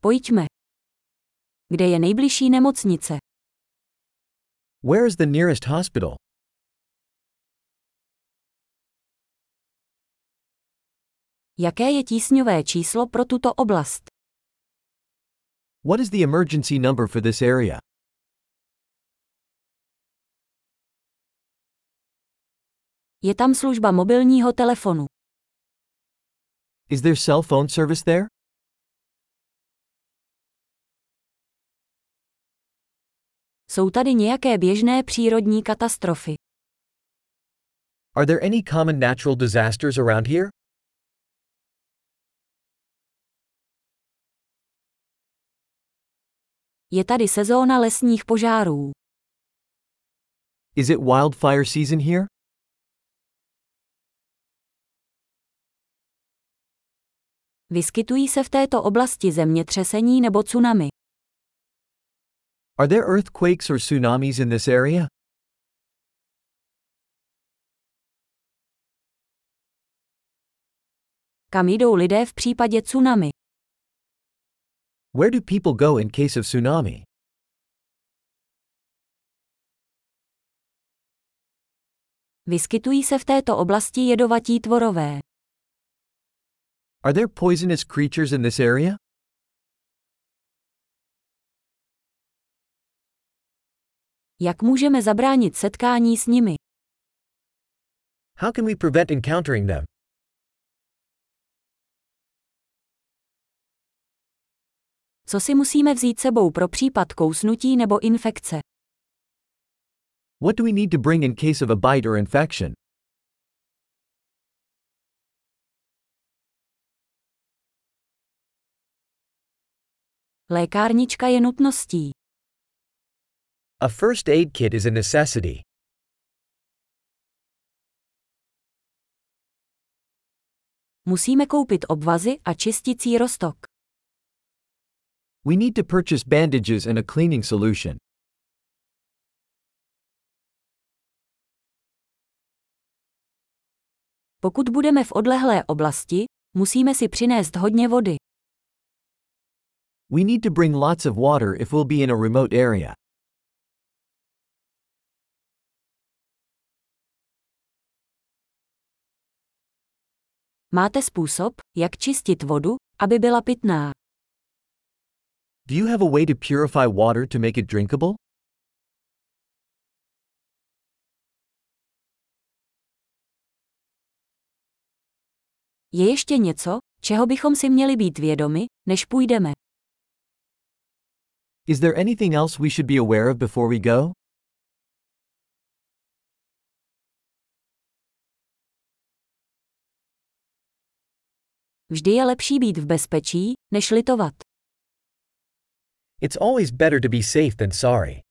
Pojďme. Kde je nejbližší nemocnice? Where is the nearest hospital? Jaké je tísňové číslo pro tuto oblast? What is the emergency number for this area? Je tam služba mobilního telefonu. Is there cell phone service there? Jsou tady nějaké běžné přírodní katastrofy? Are there any common natural disasters around here? Je tady sezóna lesních požárů. Is it wildfire season here? Vyskytují se v této oblasti zemětřesení nebo tsunami? Are there earthquakes or tsunamis in this area? Kam jdou lidé v případě tsunami? Where do people go in case of tsunami? Vyskytují se v této oblasti jedovatí tvorové? Are there poisonous creatures in this area? Jak můžeme zabránit setkání s nimi? How can we prevent encountering them? Co si musíme vzít sebou pro případ kousnutí nebo infekce? What do we need to bring in case of a bite or infection? Lékárnička je nutností. A first aid kit is a necessity. Musíme koupit obvazy a čisticí roztok. We need to purchase bandages and a cleaning solution. Pokud budeme v odlehlé oblasti, musíme si přinést hodně vody. We need to bring lots of water if we'll be in a remote area. Máte způsob, jak čistit vodu, aby byla pitná? Do you have a way to purify water to make it drinkable? Je ještě něco, čeho bychom si měli být vědomi, než půjdeme? Is there anything else we should be aware of before we go? Vždy je lepší být v bezpečí, než litovat. It's always better to be safe than sorry.